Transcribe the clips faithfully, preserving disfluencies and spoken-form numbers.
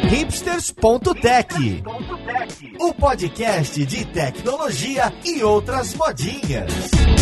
hipsters ponto tech, o podcast de tecnologia e outras modinhas.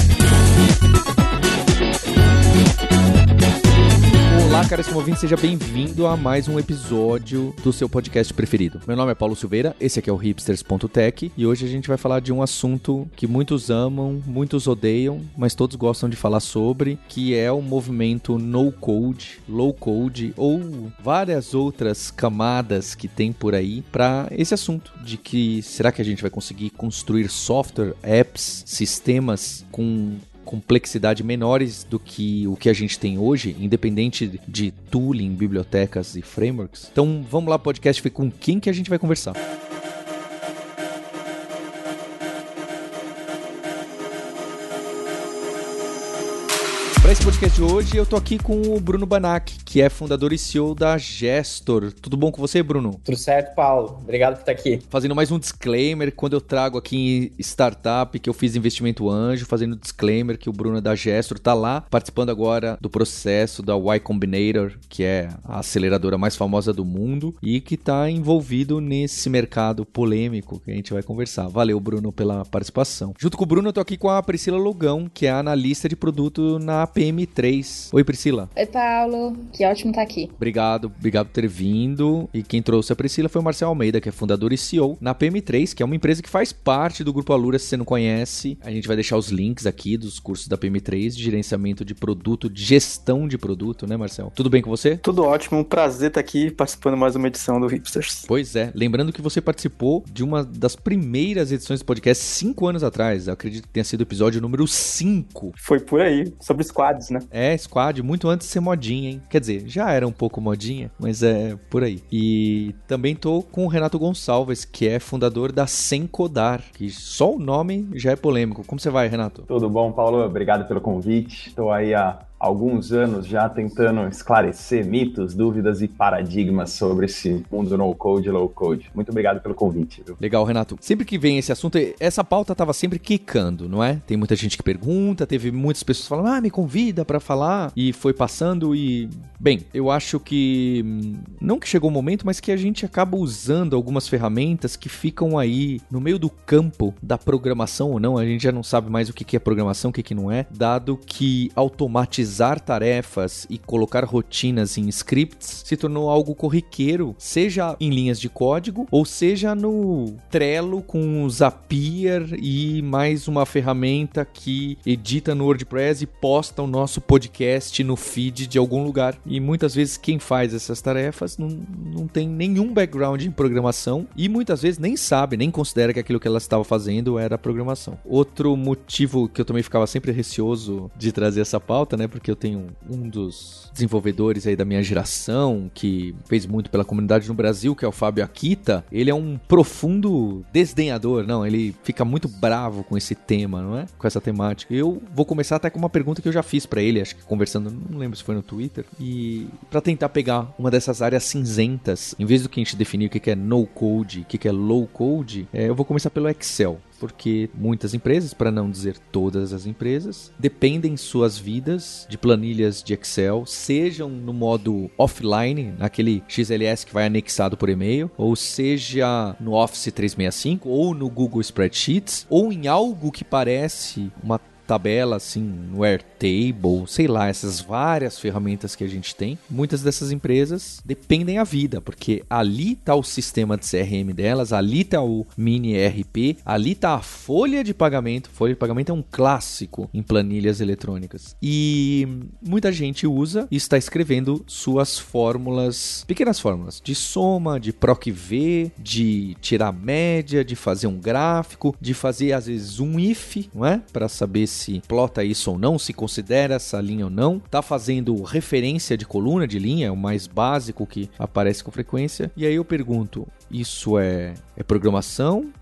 Olá, caríssimo ouvinte, seja bem-vindo a mais um episódio do seu podcast preferido. Meu nome é Paulo Silveira, esse aqui é o hipsters ponto tech e hoje a gente vai falar de um assunto que muitos amam, muitos odeiam, mas todos gostam de falar sobre, que é o movimento no-code, low-code ou várias outras camadas que tem por aí para esse assunto de que será que a gente vai conseguir construir software, apps, sistemas com complexidade menores do que o que a gente tem hoje, independente de tooling, bibliotecas e frameworks. Então vamos lá, podcast, ver com quem que a gente vai conversar. Para esse podcast de hoje, eu tô aqui com o Bruno Banack, que é fundador e C E O da Gestor. Tudo bom com você, Bruno? Tudo certo, Paulo. Obrigado por estar aqui. Fazendo mais um disclaimer, quando eu trago aqui em startup, que eu fiz investimento anjo, fazendo disclaimer que o Bruno é da Gestor, tá lá participando agora do processo da Y Combinator, que é a aceleradora mais famosa do mundo e que tá envolvido nesse mercado polêmico que a gente vai conversar. Valeu, Bruno, pela participação. Junto com o Bruno, eu tô aqui com a Priscila Logão, que é a analista de produto na P M três. Oi, Priscila. Oi, Paulo. Que ótimo estar aqui. Obrigado, obrigado por ter vindo. E quem trouxe a Priscila foi o Marcel Almeida, que é fundador e C E O na P M três, que é uma empresa que faz parte do Grupo Alura, se você não conhece. A gente vai deixar os links aqui dos cursos da P M três, de gerenciamento de produto, de gestão de produto, né, Marcel? Tudo bem com você? Tudo ótimo, um prazer estar aqui participando de mais uma edição do Hipsters. Pois é, lembrando que você participou de uma das primeiras edições do podcast cinco anos atrás. Eu acredito que tenha sido o episódio número cinco. Foi por aí, sobre squads, né? É, squad, muito antes de ser modinha, hein? Quer dizer, já era um pouco modinha, mas é por aí. E também tô com o Renato Gonçalves, que é fundador da Sem Codar, que só o nome já é polêmico. Como você vai, Renato? Tudo bom, Paulo? Obrigado pelo convite. Estou aí há alguns anos já tentando esclarecer mitos, dúvidas e paradigmas sobre esse mundo no-code e low-code. Muito obrigado pelo convite, viu? Legal, Renato. Sempre que vem esse assunto, essa pauta tava sempre quicando, não é? Tem muita gente que pergunta, teve muitas pessoas falando, ah, me convida pra falar, e foi passando e... Bem, eu acho que... Não que chegou o momento, mas que a gente acaba usando algumas ferramentas que ficam aí no meio do campo da programação ou não, a gente já não sabe mais o que é programação, o que não é, dado que automatizar tarefas e colocar rotinas em scripts se tornou algo corriqueiro, seja em linhas de código ou seja no Trello com o Zapier e mais uma ferramenta que edita no WordPress e posta o nosso podcast no feed de algum lugar. E muitas vezes quem faz essas tarefas não, não tem nenhum background em programação e muitas vezes nem sabe, nem considera que aquilo que ela estava fazendo era programação. Outro motivo que eu também ficava sempre receoso de trazer essa pauta, né? Porque eu tenho um dos desenvolvedores aí da minha geração que fez muito pela comunidade no Brasil, que é o Fábio Akita. Ele é um profundo desdenhador, não, ele fica muito bravo com esse tema, não é? Com essa temática. Eu vou começar até com uma pergunta que eu já fiz pra ele, acho que conversando, não lembro se foi no Twitter, e pra tentar pegar uma dessas áreas cinzentas, em vez do que a gente definir o que é no-code, o que é low-code, é, eu vou começar pelo Excel. Porque muitas empresas, para não dizer todas as empresas, dependem suas vidas de planilhas de Excel, sejam no modo offline, naquele X L S que vai anexado por e-mail, ou seja no Office trezentos e sessenta e cinco, ou no Google Spreadsheets, ou em algo que parece uma tabela assim no Airtable, sei lá, essas várias ferramentas que a gente tem. Muitas dessas empresas dependem a vida, porque ali está o sistema de C R M delas, ali está o mini E R P, ali está a folha de pagamento. Folha de pagamento é um clássico em planilhas eletrônicas. E muita gente usa e está escrevendo suas fórmulas, pequenas fórmulas, de soma, de proc v, de tirar média, de fazer um gráfico, de fazer às vezes um if, não é? Para saber se se plota isso ou não, se considera essa linha ou não, tá fazendo referência de coluna de linha, é o mais básico que aparece com frequência, e aí eu pergunto, isso é, é programação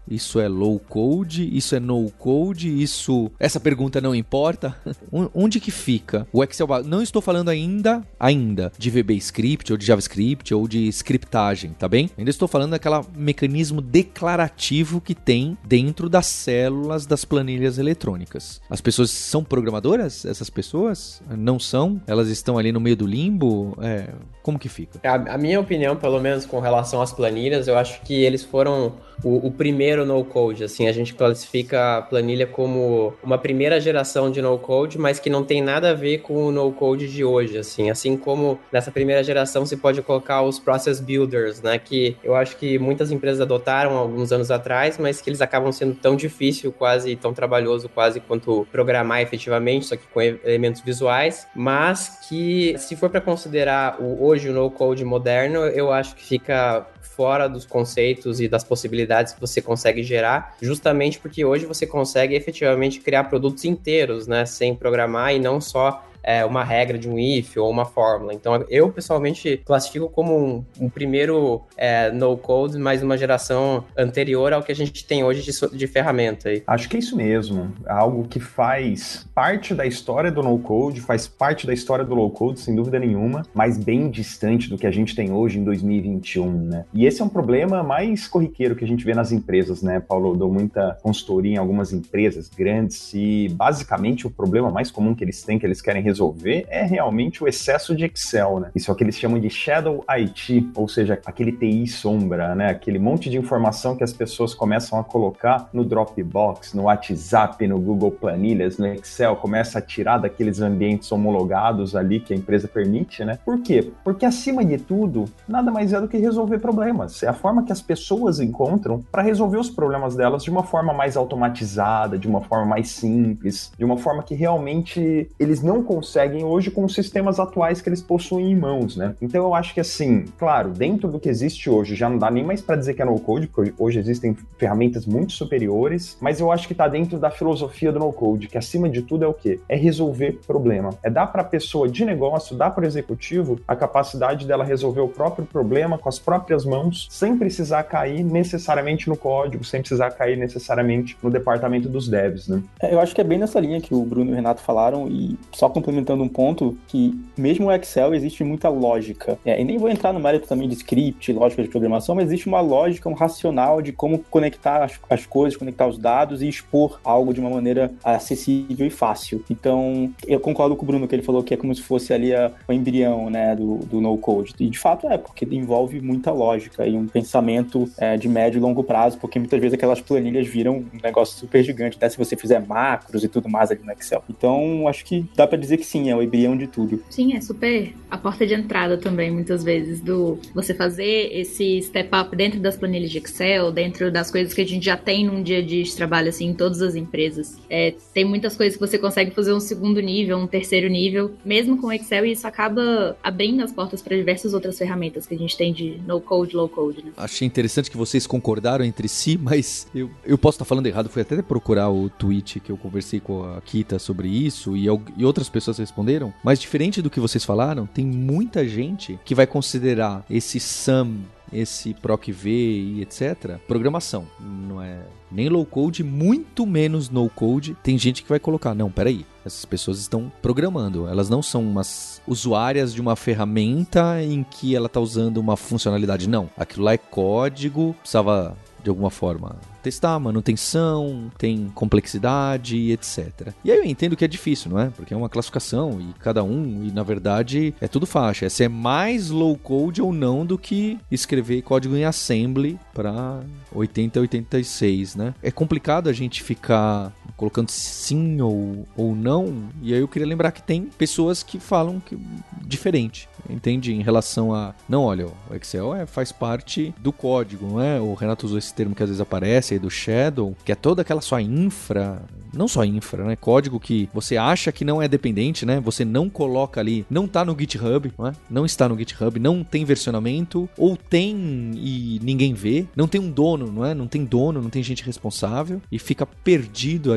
Isso é low code? Isso é no code? Isso... Essa pergunta não importa? Onde que fica o Excel? Não estou falando ainda, ainda de V B Script ou de JavaScript ou de scriptagem, tá bem? Ainda estou falando daquele mecanismo declarativo que tem dentro das células das planilhas eletrônicas. As pessoas são programadoras? Essas pessoas? Não são? Elas estão ali no meio do limbo? É, como que fica? A, a minha opinião, pelo menos com relação às planilhas, eu acho que eles foram o, o primeiro no-code. Assim, a gente classifica a planilha como uma primeira geração de no-code, mas que não tem nada a ver com o no-code de hoje. Assim, assim como nessa primeira geração se pode colocar os process builders, né, que eu acho que muitas empresas adotaram alguns anos atrás, mas que eles acabam sendo tão difícil, quase tão trabalhoso quase quanto programar efetivamente, só que com elementos visuais, mas que se for para considerar o, hoje o no-code moderno, eu acho que fica fora dos conceitos e das possibilidades que você consegue gerar, justamente porque hoje você consegue efetivamente criar produtos inteiros, né, sem programar e não só É uma regra de um if ou uma fórmula. Então, eu pessoalmente classifico como um, um primeiro é, no-code, mas uma geração anterior ao que a gente tem hoje de, de ferramenta. Aí. Acho que é isso mesmo. É algo que faz parte da história do no-code, faz parte da história do low-code, sem dúvida nenhuma, mas bem distante do que a gente tem hoje em dois mil e vinte e um, né? E esse é um problema mais corriqueiro que a gente vê nas empresas, né, Paulo? Eu dou muita consultoria em algumas empresas grandes e, basicamente, o problema mais comum que eles têm, que eles querem resolver, resolver é realmente o excesso de Excel, né? Isso é o que eles chamam de Shadow I T, ou seja, aquele T I sombra, né? Aquele monte de informação que as pessoas começam a colocar no Dropbox, no WhatsApp, no Google Planilhas, no Excel, começa a tirar daqueles ambientes homologados ali que a empresa permite, né? Por quê? Porque, acima de tudo, nada mais é do que resolver problemas. É a forma que as pessoas encontram para resolver os problemas delas de uma forma mais automatizada, de uma forma mais simples, de uma forma que realmente eles não conseguem hoje com os sistemas atuais que eles possuem em mãos, né? Então eu acho que, assim, claro, dentro do que existe hoje, já não dá nem mais para dizer que é no-code, porque hoje existem ferramentas muito superiores, mas eu acho que tá dentro da filosofia do no-code, que acima de tudo é o quê? É resolver problema. É dar para a pessoa de negócio, dar para o executivo a capacidade dela resolver o próprio problema com as próprias mãos, sem precisar cair necessariamente no código, sem precisar cair necessariamente no departamento dos devs, né? Eu acho que é bem nessa linha que o Bruno e o Renato falaram, e só complementando um ponto, que mesmo o Excel existe muita lógica. É, e nem vou entrar no mérito também de script, lógica de programação, mas existe uma lógica, um racional de como conectar as, as coisas, conectar os dados e expor algo de uma maneira acessível e fácil. Então, eu concordo com o Bruno, que ele falou que é como se fosse ali a, o embrião, né, do, do no-code. E de fato é, porque envolve muita lógica e um pensamento é, de médio e longo prazo, porque muitas vezes aquelas planilhas viram um negócio super gigante, né, se você fizer macros e tudo mais ali no Excel. Então, acho que dá pra dizer que sim, é o embrião de tudo. Sim, é super a porta de entrada também, muitas vezes, do você fazer esse step up dentro das planilhas de Excel, dentro das coisas que a gente já tem num dia a dia de trabalho, assim, em todas as empresas. É, tem muitas coisas que você consegue fazer um segundo nível, um terceiro nível, mesmo com Excel, e isso acaba abrindo as portas para diversas outras ferramentas que a gente tem de no-code, low-code, né? Achei interessante que vocês concordaram entre si, mas eu, eu posso estar falando errado, fui até procurar o tweet que eu conversei com a Kita sobre isso, e, e outras pessoas responderam, mas diferente do que vocês falaram, tem muita gente que vai considerar esse sum, esse proc-v e etcétera, programação. Não é nem low-code, muito menos no-code. Tem gente que vai colocar, não, peraí, essas pessoas estão programando, elas não são umas usuárias de uma ferramenta em que ela está usando uma funcionalidade, não. Aquilo lá é código, precisava de alguma forma testar, manutenção, tem complexidade, etcétera. E aí eu entendo que é difícil, não é? Porque é uma classificação e cada um, e na verdade é tudo faixa. Essa é mais low code ou não do que escrever código em assembly para oitenta, oitenta e seis, né? É complicado a gente ficar colocando sim ou, ou não, e aí eu queria lembrar que tem pessoas que falam que diferente, entende? Em relação a, não, olha, o Excel é, faz parte do código, não é? O Renato usou esse termo que às vezes aparece aí do Shadow, que é toda aquela sua infra, não só infra, né? Código que você acha que não é dependente, né? Você não coloca ali, não tá no GitHub, não é? Não está no GitHub, não tem versionamento, ou tem e ninguém vê, não tem um dono, não é? Não tem dono, não tem gente responsável, e fica perdido ali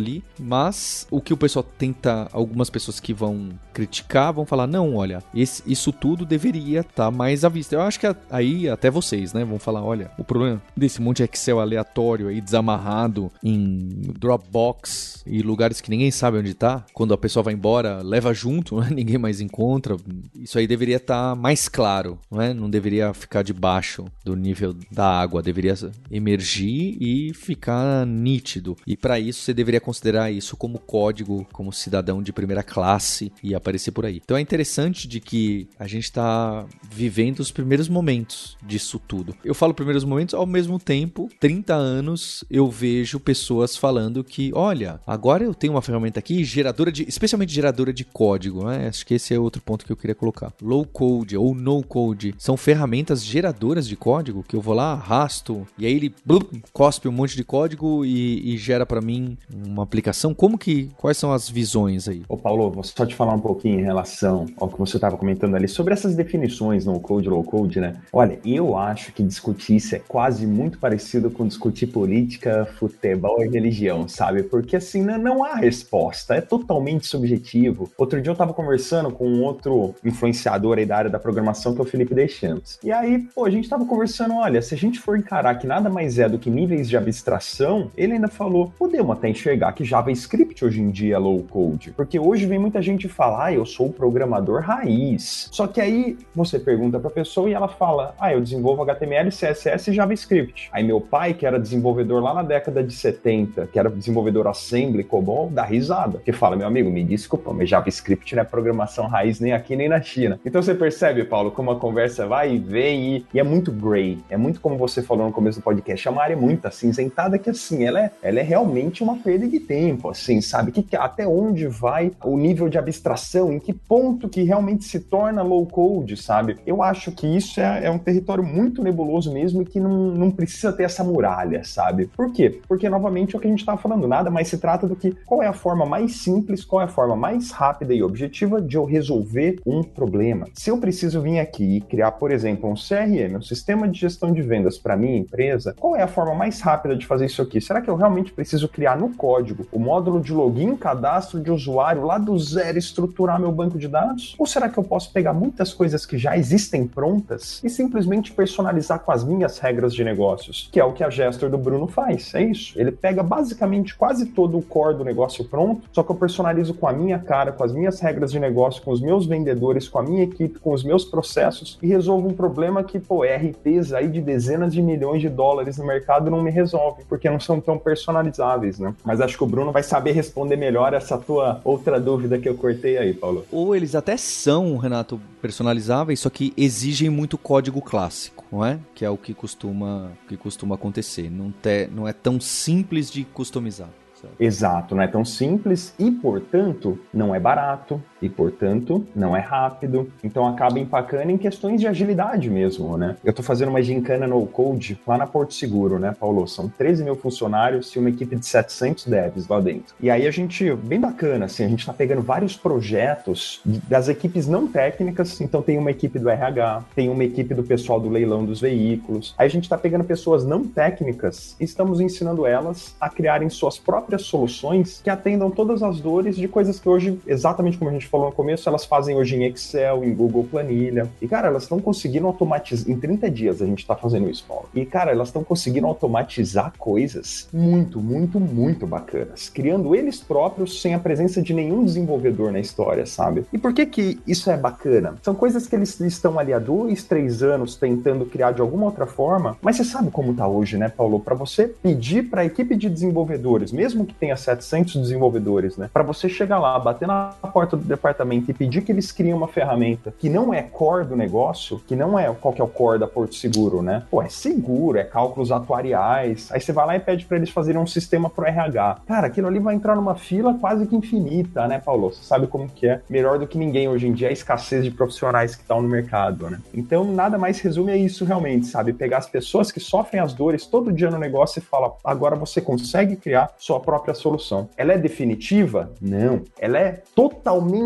ali, mas o que o pessoal tenta, algumas pessoas que vão criticar, vão falar, não, olha, esse, isso tudo deveria estar mais à vista. Eu acho que aí até vocês, né, vão falar, olha, o problema desse monte de Excel aleatório aí, desamarrado em Dropbox e lugares que ninguém sabe onde tá, quando a pessoa vai embora, leva junto, né, ninguém mais encontra, isso aí deveria estar mais claro, não é? Não deveria ficar debaixo do nível da água, deveria emergir e ficar nítido. E para isso você deveria considerar isso como código, como cidadão de primeira classe e aparecer por aí. Então é interessante de que a gente está vivendo os primeiros momentos disso tudo. Eu falo primeiros momentos, ao mesmo tempo, trinta anos, eu vejo pessoas falando que, olha, agora eu tenho uma ferramenta aqui, geradora de, especialmente geradora de código, né? Acho que esse é outro ponto que eu queria colocar. Low code ou no code são ferramentas geradoras de código que eu vou lá, arrasto, e aí ele blup, cospe um monte de código e, e gera para mim uma aplicação. Como que, quais são as visões aí? Ô Paulo, vou só te falar um pouquinho em relação ao que você estava comentando ali, sobre essas definições no code, low code, né? Olha, eu acho que discutir isso é quase muito parecido com discutir política, futebol e religião, sabe? Porque assim, não, não há resposta, é totalmente subjetivo. Outro dia eu tava conversando com um outro influenciador aí da área da programação, que é o Felipe Deschamps. E aí, pô, a gente tava conversando, olha, se a gente for encarar que nada mais é do que níveis de abstração, ele ainda falou, podemos até enxergar que JavaScript hoje em dia é low code, porque hoje vem muita gente falar, ah, eu sou o programador raiz. Só que aí você pergunta pra pessoa e ela fala, ah, eu desenvolvo H T M L, C S S e JavaScript. Aí meu pai, que era desenvolvedor lá na década de setenta, que era desenvolvedor Assembly, COBOL, dá risada. Que fala, meu amigo, me desculpa, mas JavaScript não é programação raiz nem aqui nem na China. Então você percebe, Paulo, como a conversa vai e vem e, e é muito gray. É muito como você falou no começo do podcast, é uma área muito acinzentada que assim, ela é, ela é realmente uma perda de tempo, assim, sabe? Que, que, até onde vai o nível de abstração, em que ponto que realmente se torna low code, sabe? Eu acho que isso é, é um território muito nebuloso mesmo e que não, não precisa ter essa muralha, sabe? Por quê? Porque, novamente, é o que a gente estava falando, nada mais se trata do que qual é a forma mais simples, qual é a forma mais rápida e objetiva de eu resolver um problema. Se eu preciso vir aqui e criar, por exemplo, um C R M, um sistema de gestão de vendas para minha empresa, qual é a forma mais rápida de fazer isso aqui? Será que eu realmente preciso criar no código o módulo de login, cadastro de usuário lá do zero, estruturar meu banco de dados? Ou será que eu posso pegar muitas coisas que já existem prontas e simplesmente personalizar com as minhas regras de negócios? Que é o que a Gestor do Bruno faz, é isso. Ele pega basicamente quase todo o core do negócio pronto, só que eu personalizo com a minha cara, com as minhas regras de negócio, com os meus vendedores, com a minha equipe, com os meus processos e resolvo um problema que, pô, R Ps aí de dezenas de milhões de dólares no mercado não me resolve, porque não são tão personalizáveis, né? Mas acho que o Bruno vai saber responder melhor essa tua outra dúvida que eu cortei aí, Paulo. Ou eles até são, Renato, personalizáveis, só que exigem muito código clássico, não é? Que é o que costuma, que costuma acontecer. Não, te, não é tão simples de customizar. Certo. Exato, não é tão simples e, portanto, não é barato e, portanto, não é rápido. Então acaba empacando em questões de agilidade mesmo, né? Eu tô fazendo uma gincana no code lá na Porto Seguro, né, Paulo? São treze mil funcionários e uma equipe de setecentos devs lá dentro. E aí a gente, bem bacana, assim, a gente tá pegando vários projetos das equipes não técnicas, então tem uma equipe do R H, tem uma equipe do pessoal do leilão dos veículos. Aí a gente tá pegando pessoas não técnicas e estamos ensinando elas a criarem suas próprias soluções que atendam todas as dores de coisas que hoje, exatamente como a gente falou no começo, elas fazem hoje em Excel, em Google Planilha. E, cara, elas estão conseguindo automatizar... Em trinta dias a gente tá fazendo isso, Paulo. E, cara, elas estão conseguindo automatizar coisas muito, muito, muito bacanas. Criando eles próprios sem a presença de nenhum desenvolvedor na história, sabe? E por que que isso é bacana? São coisas que eles estão ali há dois, três anos tentando criar de alguma outra forma, mas você sabe como tá hoje, né, Paulo? Para você pedir para a equipe de desenvolvedores, mesmo que tenha setecentos desenvolvedores, né? Para você chegar lá, bater na porta do departamento e pedir que eles criem uma ferramenta que não é core do negócio, que não é qual que é o core da Porto Seguro, né? Pô, é seguro, é cálculos atuariais. Aí você vai lá e pede para eles fazerem um sistema pro R H. Cara, aquilo ali vai entrar numa fila quase que infinita, né, Paulo? Você sabe como que é. Melhor do que ninguém hoje em dia é a escassez de profissionais que estão no mercado, né? Então, nada mais resume a isso realmente, sabe? Pegar as pessoas que sofrem as dores todo dia no negócio e falar, agora você consegue criar sua própria solução. Ela é definitiva? Não. Ela é totalmente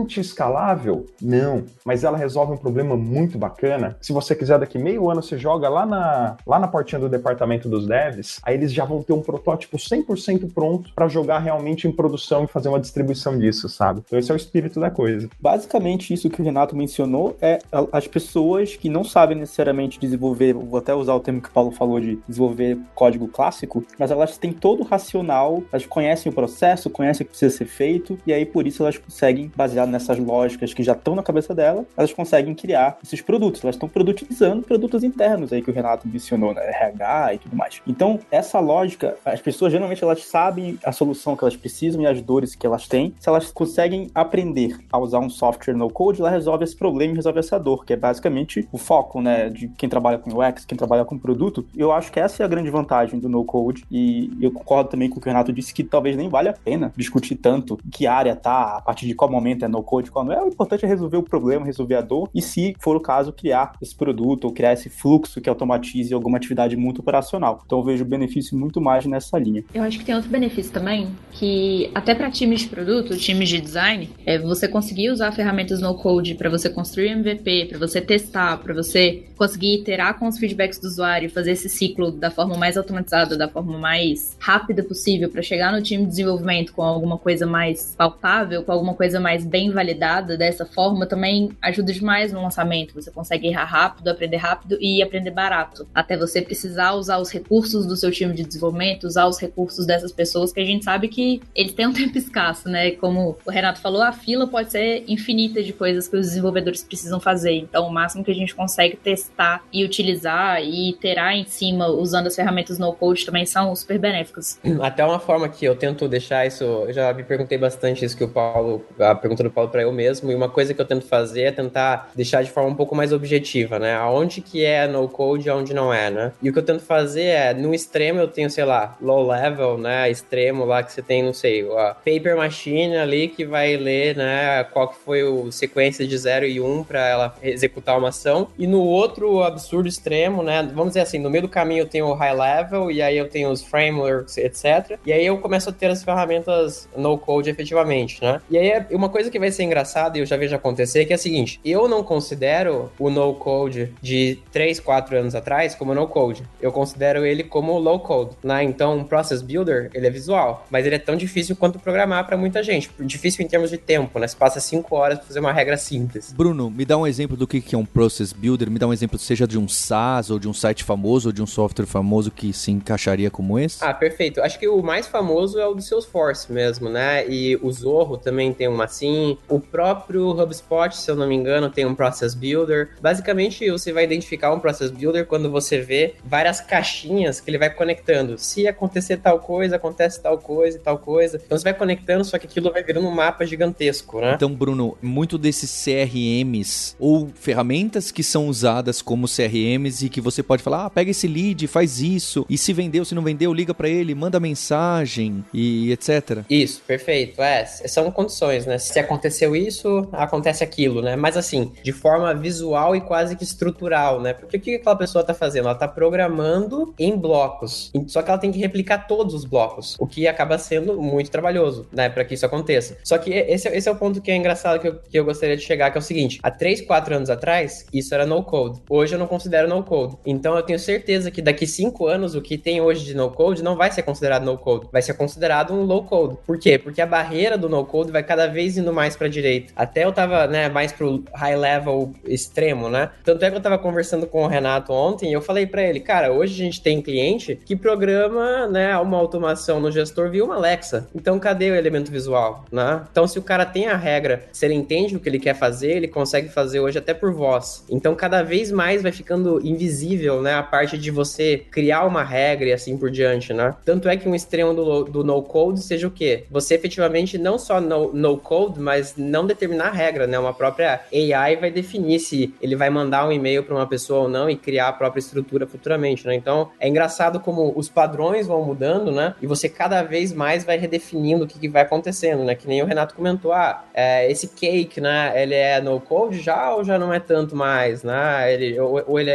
bastante escalável? Não, mas ela resolve um problema muito bacana. Se você quiser, daqui meio ano, você joga lá na, lá na portinha do departamento dos devs, aí eles já vão ter um protótipo cem por cento pronto para jogar realmente em produção e fazer uma distribuição disso, sabe? Então esse é o espírito da coisa. Basicamente, isso que o Renato mencionou é as pessoas que não sabem necessariamente desenvolver, vou até usar o termo que o Paulo falou de desenvolver código clássico, mas elas têm todo o racional, elas conhecem o processo, conhecem o que precisa ser feito, e aí por isso elas conseguem, baseado nessas lógicas que já estão na cabeça dela, elas conseguem criar esses produtos. Elas estão produtizando produtos internos aí que o Renato mencionou, né? R H e tudo mais. Então, essa lógica, as pessoas geralmente elas sabem a solução que elas precisam e as dores que elas têm. Se elas conseguem aprender a usar um software no code, ela resolve esse problema e resolve essa dor, que é basicamente o foco, né, de quem trabalha com U X, quem trabalha com produto. Eu acho que essa é a grande vantagem do no code, e eu concordo também com o que o Renato disse, que talvez nem vale a pena discutir tanto que área tá, a partir de qual momento é no code, qual não é. O importante é resolver o problema, resolver a dor, e se for o caso, criar esse produto ou criar esse fluxo que automatize alguma atividade muito operacional. Então eu vejo benefício muito mais nessa linha. Eu acho que tem outro benefício também, que até para times de produto, times de design, é você conseguir usar ferramentas no code para você construir M V P, para você testar, para você conseguir iterar com os feedbacks do usuário, fazer esse ciclo da forma mais automatizada, da forma mais rápida possível, para chegar no time de desenvolvimento com alguma coisa mais palpável, com alguma coisa mais bem validada. Dessa forma também ajuda demais no lançamento. Você consegue errar rápido, aprender rápido e aprender barato, até você precisar usar os recursos do seu time de desenvolvimento, usar os recursos dessas pessoas, que a gente sabe que eles têm um tempo escasso, né? Como o Renato falou, a fila pode ser infinita de coisas que os desenvolvedores precisam fazer. Então, o máximo que a gente consegue testar e utilizar e iterar em cima usando as ferramentas no code também são super benéficas. Até uma forma que eu tento deixar isso, eu já me perguntei bastante isso que o Paulo, a pergunta do Paulo para eu mesmo, e uma coisa que eu tento fazer é tentar deixar de forma um pouco mais objetiva, né? Aonde que é no code e aonde não é, né? E o que eu tento fazer é, no extremo eu tenho, sei lá, low level, né? Extremo lá que você tem, não sei, a paper machine ali que vai ler, né? Qual que foi o sequência de zero e um para ela executar uma ação. E no outro absurdo extremo, né? Vamos dizer assim, no meio do caminho eu tenho o high level e aí eu tenho os frameworks, etcétera. E aí eu começo a ter as ferramentas no code efetivamente, né? E aí uma coisa que vai ser engraçada e eu já vejo acontecer que é a seguinte, eu não considero o no code de três, quatro anos atrás como no code. Eu considero ele como low code, né? Então, um process builder, ele é visual, mas ele é tão difícil quanto programar para muita gente. Difícil em termos de tempo, né? Você passa cinco horas para fazer uma regra simples. Bruno, me dá um exemplo do que é um process builder, me dá um exemplo seja de um SaaS ou de um site famoso ou de um software famoso que se encaixaria como esse? Ah, perfeito. Acho que o mais famoso é o do Salesforce mesmo, né? E o Zorro também tem uma assim. O próprio HubSpot, se eu não me engano, tem um process builder. Basicamente, você vai identificar um process builder quando você vê várias caixinhas que ele vai conectando. Se acontecer tal coisa, acontece tal coisa e tal coisa. Então você vai conectando, só que aquilo vai virando um mapa gigantesco, né? Então, Bruno, muito desses C R Ms ou ferramentas que são usadas como C R Ms e que você pode falar, ah, pega esse lead, faz isso, e se vendeu, se não vendeu, liga pra ele, manda mensagem e etcétera. Isso, perfeito. É, são condições, né? Se aconteceu isso, acontece aquilo, né? Mas assim, de forma visual e quase que estrutural, né? Porque o que aquela pessoa tá fazendo? Ela tá programando em blocos, só que ela tem que replicar todos os blocos, o que acaba sendo muito trabalhoso, né? Pra que isso aconteça. Só que esse, esse é o ponto que é engraçado que eu, que eu gostaria de chegar, que é o seguinte, há três, quatro anos atrás, isso era no code. Hoje eu não considero no code. Então eu tenho certeza que daqui cinco anos, o que tem hoje de no code não vai ser considerado no code, vai ser considerado um low code. Por quê? Porque a barreira do no code vai cada vez indo mais pra direita. Até eu tava, né, mais pro high level extremo, né? Tanto é que eu tava conversando com o Renato ontem e eu falei pra ele, cara, hoje a gente tem cliente que programa, né, uma automação no gestor via uma Alexa. Então cadê o elemento visual, né? Então se o cara tem a regra, se ele entende o que ele quer fazer, ele consegue fazer hoje até por voz. Então cada vez mais vai ficando invisível, né, a parte de você criar uma regra e assim por diante, né? Tanto é que um extremo do, do no-code seja o quê? Você efetivamente não só no, no-code, mas não determinar a regra, né? Uma própria A I vai definir se ele vai mandar um e-mail para uma pessoa ou não e criar a própria estrutura futuramente, né? Então, é engraçado como os padrões vão mudando, né? E você cada vez mais vai redefinindo o que, que vai acontecendo, né? Que nem o Renato comentou, ah, é, esse cake, né? Ele é no-code já ou já não é tanto mais, né? Ele, ou, ou ele é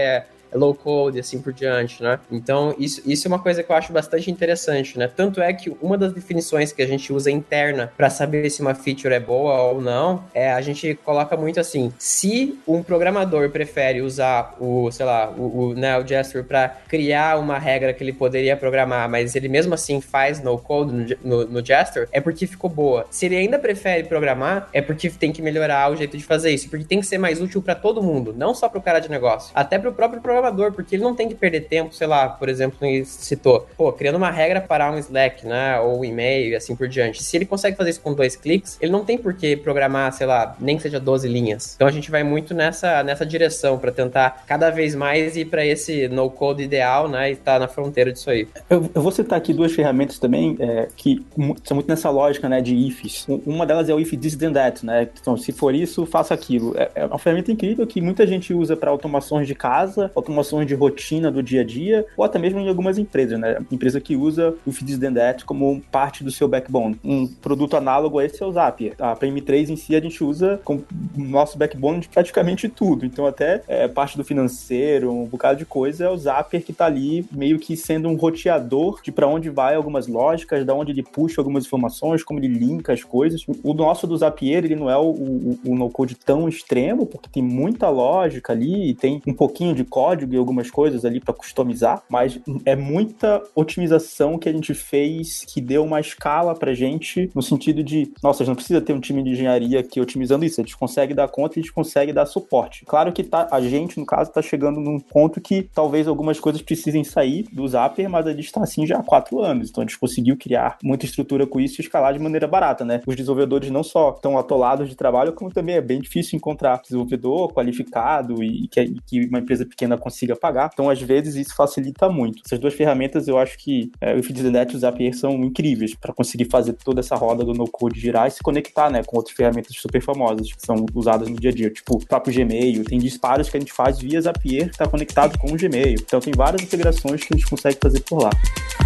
low code e assim por diante, né? Então, isso, isso é uma coisa que eu acho bastante interessante, né? Tanto é que uma das definições que a gente usa interna para saber se uma feature é boa ou não, é a gente coloca muito assim, se um programador prefere usar o, sei lá, o, o, né, o Jasper para criar uma regra que ele poderia programar, mas ele mesmo assim faz no code no, no, no Jasper, é porque ficou boa. Se ele ainda prefere programar, é porque tem que melhorar o jeito de fazer isso, porque tem que ser mais útil para todo mundo, não só para o cara de negócio, até para o próprio programador, porque ele não tem que perder tempo, sei lá, por exemplo, ele citou, pô, criando uma regra para um Slack, né, ou um e-mail e assim por diante. Se ele consegue fazer isso com dois cliques, ele não tem por que programar, sei lá, nem que seja doze linhas. Então a gente vai muito nessa, nessa direção para tentar cada vez mais ir para esse no-code ideal, né, e tá na fronteira disso aí. Eu, eu vou citar aqui duas ferramentas também é, que são muito nessa lógica, né, de ifs. Uma delas é o if this then that, né, então se for isso, faça aquilo. É, é uma ferramenta incrível que muita gente usa para automações de casa, automações de rotina do dia a dia, ou até mesmo em algumas empresas, né, empresa que usa o if this then that como parte do seu backbone. Um produto análogo a esse é o Zapier. A P M três em si a gente usa como nosso backbone de praticamente tudo, então até é, parte do financeiro, um bocado de coisa, é o Zapier que tá ali meio que sendo um roteador de para onde vai algumas lógicas, da onde ele puxa algumas informações, como ele linka as coisas. O nosso do Zapier, ele não é o, o, o no-code tão extremo, porque tem muita lógica ali, e tem um pouquinho de código e algumas coisas ali para customizar, mas é muita otimização que a gente fez que deu uma escala pra gente, no sentido de, nossa, a gente não precisa ter um time de engenharia aqui otimizando isso, a gente consegue dar conta e a gente consegue dar suporte. Claro que tá, a gente, no caso, tá chegando num ponto que talvez algumas coisas precisem sair do Zapier, mas a gente tá assim já há quatro anos, então a gente conseguiu criar muita estrutura com isso e escalar de maneira barata, né? Os desenvolvedores não só estão atolados de trabalho, como também é bem difícil encontrar desenvolvedor qualificado e que, que uma empresa pequena consiga pagar, então às vezes isso facilita muito. Essas duas ferramentas eu acho que é, o if this then that e o Zapier são incríveis para conseguir fazer toda essa roda do no-code girar e se conectar, né, com outras ferramentas super famosas que são usadas no dia a dia, tipo o próprio Gmail, tem disparos que a gente faz via Zapier que está conectado com o Gmail, então tem várias integrações que a gente consegue fazer por lá.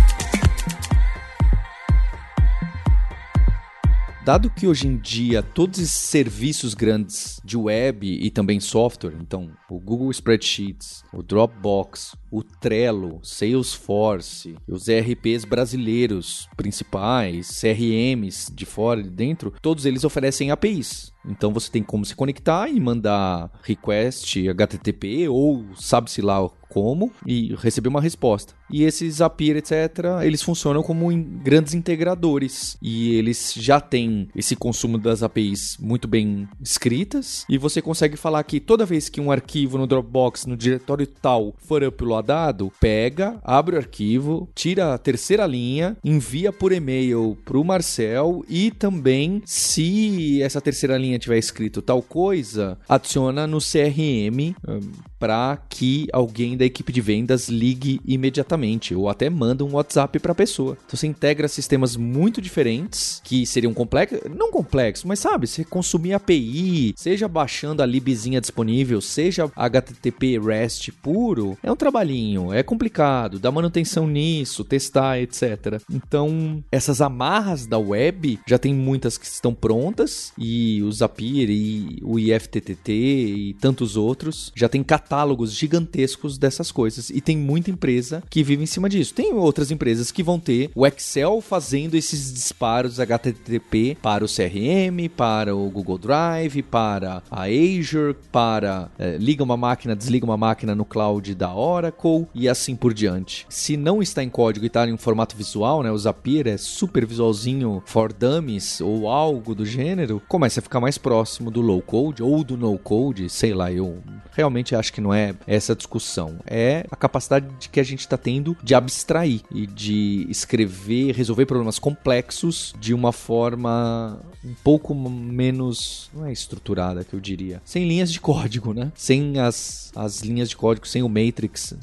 Dado que hoje em dia todos esses serviços grandes de web e também software, então o Google Spreadsheets, o Dropbox, o Trello, Salesforce, os E R Ps brasileiros principais, C R Ms de fora e de dentro, todos eles oferecem A P Is. Então você tem como se conectar e mandar request H T T P ou sabe-se lá como e receber uma resposta. E esses Zapier, etcétera, eles funcionam como in- grandes integradores e eles já têm esse consumo das A P Is muito bem escritas e você consegue falar que toda vez que um arquivo no Dropbox, no diretório tal, for uploadado, pega, abre o arquivo, tira a terceira linha, envia por e-mail para o Marcel e também, se essa terceira linha tiver escrito tal coisa, adiciona no C R M um, para que alguém da equipe de vendas ligue imediatamente ou até manda um WhatsApp para a pessoa. Então você integra sistemas muito diferentes que seriam complexos, não complexos, mas sabe, você consumir A P I, seja baixando a libzinha disponível, seja H T T P REST puro, é um trabalhinho, é complicado, dá manutenção nisso, testar, etcétera. Então essas amarras da web já tem muitas que estão prontas e o Zapier e o I F T T T e tantos outros já tem catálogos gigantescos dessas coisas e tem muita empresa que vive em cima disso. Tem outras empresas que vão ter o Excel fazendo esses disparos H T T P para o C R M, para o Google Drive, para a Azure, para é, liga uma máquina, desliga uma máquina no cloud da Oracle e assim por diante. Se não está em código e está em um formato visual, né, o Zapier é super visualzinho for dummies ou algo do gênero, começa a ficar mais próximo do low code ou do no code, sei lá, eu realmente acho que não é essa discussão. É a capacidade de que a gente está tendo de abstrair e de escrever, resolver problemas complexos de uma forma um pouco menos, não é estruturada que eu diria, sem linhas de código, né? Sem as, as linhas de código, sem o matrix,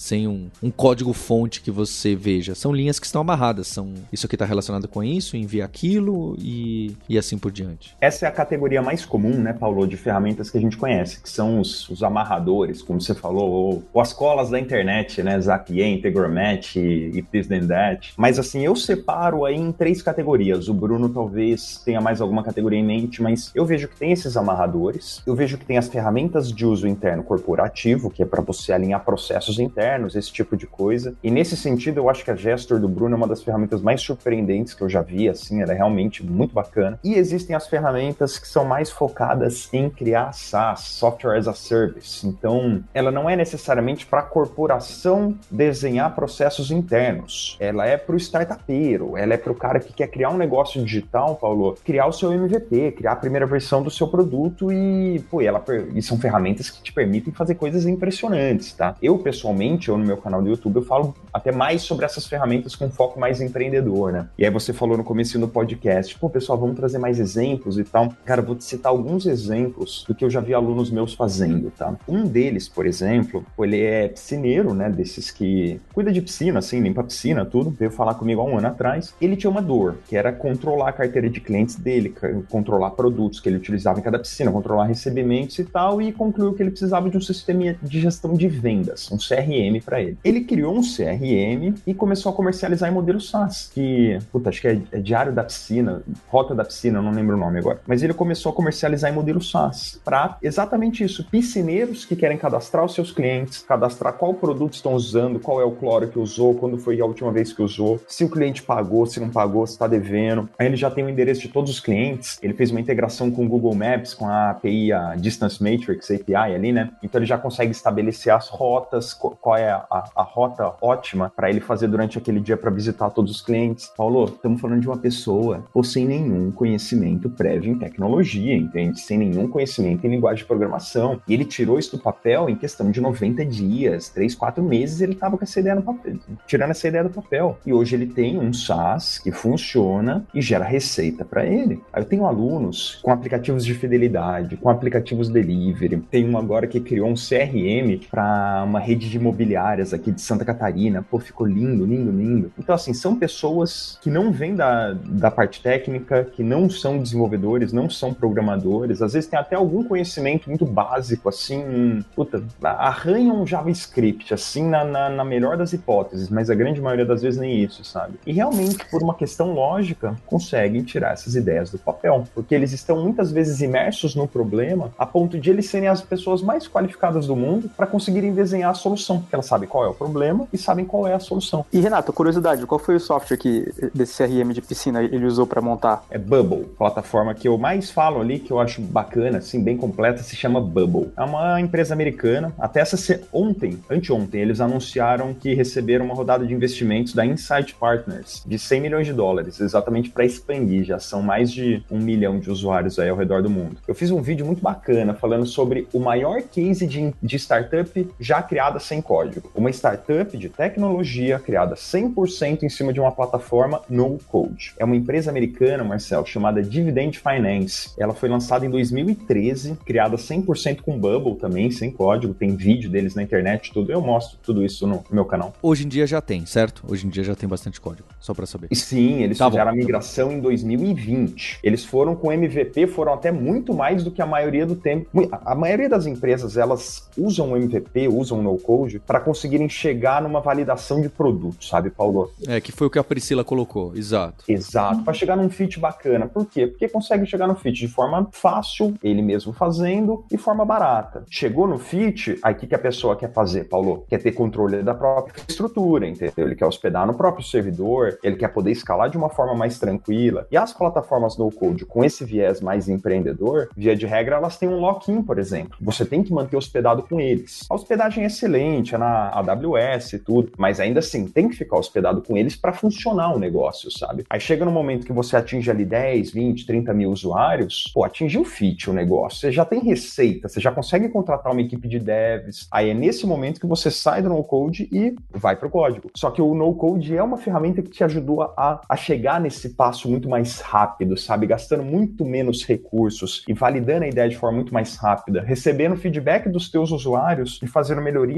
sem um, um código-fonte que você veja. São linhas que estão amarradas, são isso aqui está relacionado com isso, envia aquilo e, e assim por diante. Essa é a categoria mais comum, né, Paulo, de ferramentas que a gente conhece, que são os, os amarradores, como você falou, ou, ou as colas da internet, né, Zapier, Integromat e, e This Then That. Mas assim, eu separo aí em três categorias. O Bruno talvez tenha mais alguma categoria em mente, mas eu vejo que tem esses amarradores, eu vejo que tem as ferramentas de uso interno corporativo, que é para você alinhar processos internos, esse tipo de coisa. E nesse sentido, eu acho que a Gestor do Bruno é uma das ferramentas mais surpreendentes que eu já vi, assim, ela é realmente muito bacana. E existem as ferramentas que são mais focadas em criar SaaS, Software as a Service. Então, ela não é necessariamente para a corporação desenhar processos internos. Ela é para o startupeiro, ela é para o cara que quer criar um negócio digital, Paulo, criar o seu M V P, criar a primeira versão do seu produto e, pô, ela, e são ferramentas que te permitem fazer coisas impressionantes, tá? Eu, pessoalmente, eu no meu canal do YouTube, eu falo até mais sobre essas ferramentas com foco mais empreendedor, né? E aí você falou no começo do podcast, pô, pessoal, vamos trazer mais exemplos e tal. Cara, vou te citar alguns exemplos do que eu já vi alunos meus fazendo, tá? Um deles, por exemplo, ele é piscineiro, né? Desses que cuida de piscina, assim, limpa a piscina, tudo. Veio falar comigo há um ano atrás. Ele tinha uma dor, que era controlar a carteira de clientes dele, controlar produtos que ele utilizava em cada piscina, controlar recebimentos e tal, e concluiu que ele precisava de um sistema de gestão de vendas, um C R M para ele. Ele criou um C R M e começou a comercializar em modelo SaaS, que, puta, acho que é, é Diário da Piscina, Rota da Piscina, eu não lembro o nome agora, mas ele começou a comercializar em modelo SaaS, para exatamente isso, piscineiros que querem cadastrar os seus clientes, cadastrar qual produto estão usando, qual é o cloro que usou, quando foi a última vez que usou, se o cliente pagou, se não pagou, se está devendo. Aí ele já tem o endereço de todos os clientes, ele fez uma integração com o Google Maps, com a A P I, a Distance Matrix A P I ali, né? Então ele já consegue estabelecer as rotas, qual é a, a, a rota ótima para ele fazer durante aquele dia para visitar todos os clientes. Paulo, estamos falando de uma pessoa ou sem nenhum conhecimento prévio em tecnologia, entende? Sem nenhum conhecimento em linguagem de programação. E ele tirou isso do papel em questão de noventa dias, três, quatro meses, ele estava com essa ideia no papel, tirando essa ideia do papel. E hoje ele tem um SaaS que funciona e gera receita para ele. Aí eu tenho alunos com aplicativos de fidelidade, com aplicativos delivery. Tem um agora que criou um C R M para uma rede de imobiliárias aqui de Santa Catarina. Pô, ficou lindo, lindo, lindo. Então, assim, são pessoas que não vêm da, da parte técnica, que não são desenvolvedores, não são programadores, às vezes tem até algum conhecimento muito básico, assim, puta, arranham um JavaScript, assim, na, na, na melhor das hipóteses, mas a grande maioria das vezes nem isso, sabe? E realmente, por uma questão lógica, conseguem tirar essas ideias do papel, porque eles estão muitas vezes imersos no problema, a ponto de eles serem as pessoas mais qualificadas do mundo para conseguirem desenhar a solução, porque elas sabem qual é o problema e sabem qual é a solução. E Renato, curiosidade, qual foi o software que desse C R M de piscina ele usou para montar? É Bubble, plataforma que eu mais falo ali, que eu acho bacana, assim, bem completa, se chama Bubble. É uma empresa americana, até essa se... ontem, anteontem, eles anunciaram que receberam uma rodada de investimentos da Insight Partners de cem milhões de dólares, exatamente para expandir, já são mais de um milhão de usuários aí ao redor do mundo. Eu fiz um vídeo muito bacana falando sobre o maior case de, de startup já criada sem código. Uma startup de tecnologia criada cem por cento em cima de uma plataforma no code. É uma empresa americana, Marcelo, chamada Dividend Finance. Ela foi lançada em dois mil e treze, criada cem por cento com Bubble também, sem código. Tem vídeo deles na internet, tudo. Eu mostro tudo isso no meu canal. Hoje em dia já tem, certo? Hoje em dia já tem bastante código, só pra saber. E sim, eles tá fizeram bom, a migração tá em dois mil e vinte. Eles foram com M V P, foram até muito mais do que a maioria do tempo. A maioria das empresas, elas usam o M V P, usam o no-code para conseguirem chegar numa validação de produto, sabe, Paulo? É, que foi o que a Priscila colocou, exato. Exato, para chegar num fit bacana. Por quê? Porque consegue chegar no fit de forma fácil, ele mesmo fazendo, e forma barata. Chegou no fit, aí o que, que a pessoa quer fazer, Paulo? Quer ter controle da própria estrutura, entendeu? Ele quer hospedar no próprio servidor, ele quer poder escalar de uma forma mais tranquila. E as plataformas no-code com esse viés mais empreendedor, via de regra, elas têm um lock-in, por exemplo. Você tem que manter hospedado com eles. A hospedagem é excelente, é na A W S e tudo, mas ainda assim, tem que ficar hospedado com eles para funcionar o negócio, sabe? Aí chega no momento que você atinge ali dez, vinte, trinta mil usuários, pô, atingiu o fit o negócio, você já tem receita, você já consegue contratar uma equipe de devs, aí é nesse momento que você sai do no-code e vai pro código. Só que o no-code é uma ferramenta que te ajudou a, a chegar nesse passo muito mais rápido, sabe? Gastando muito menos recursos e validando a ideia de forma muito mais rápida, recebendo feedback dos teus usuários e fazendo melhorias de uma forma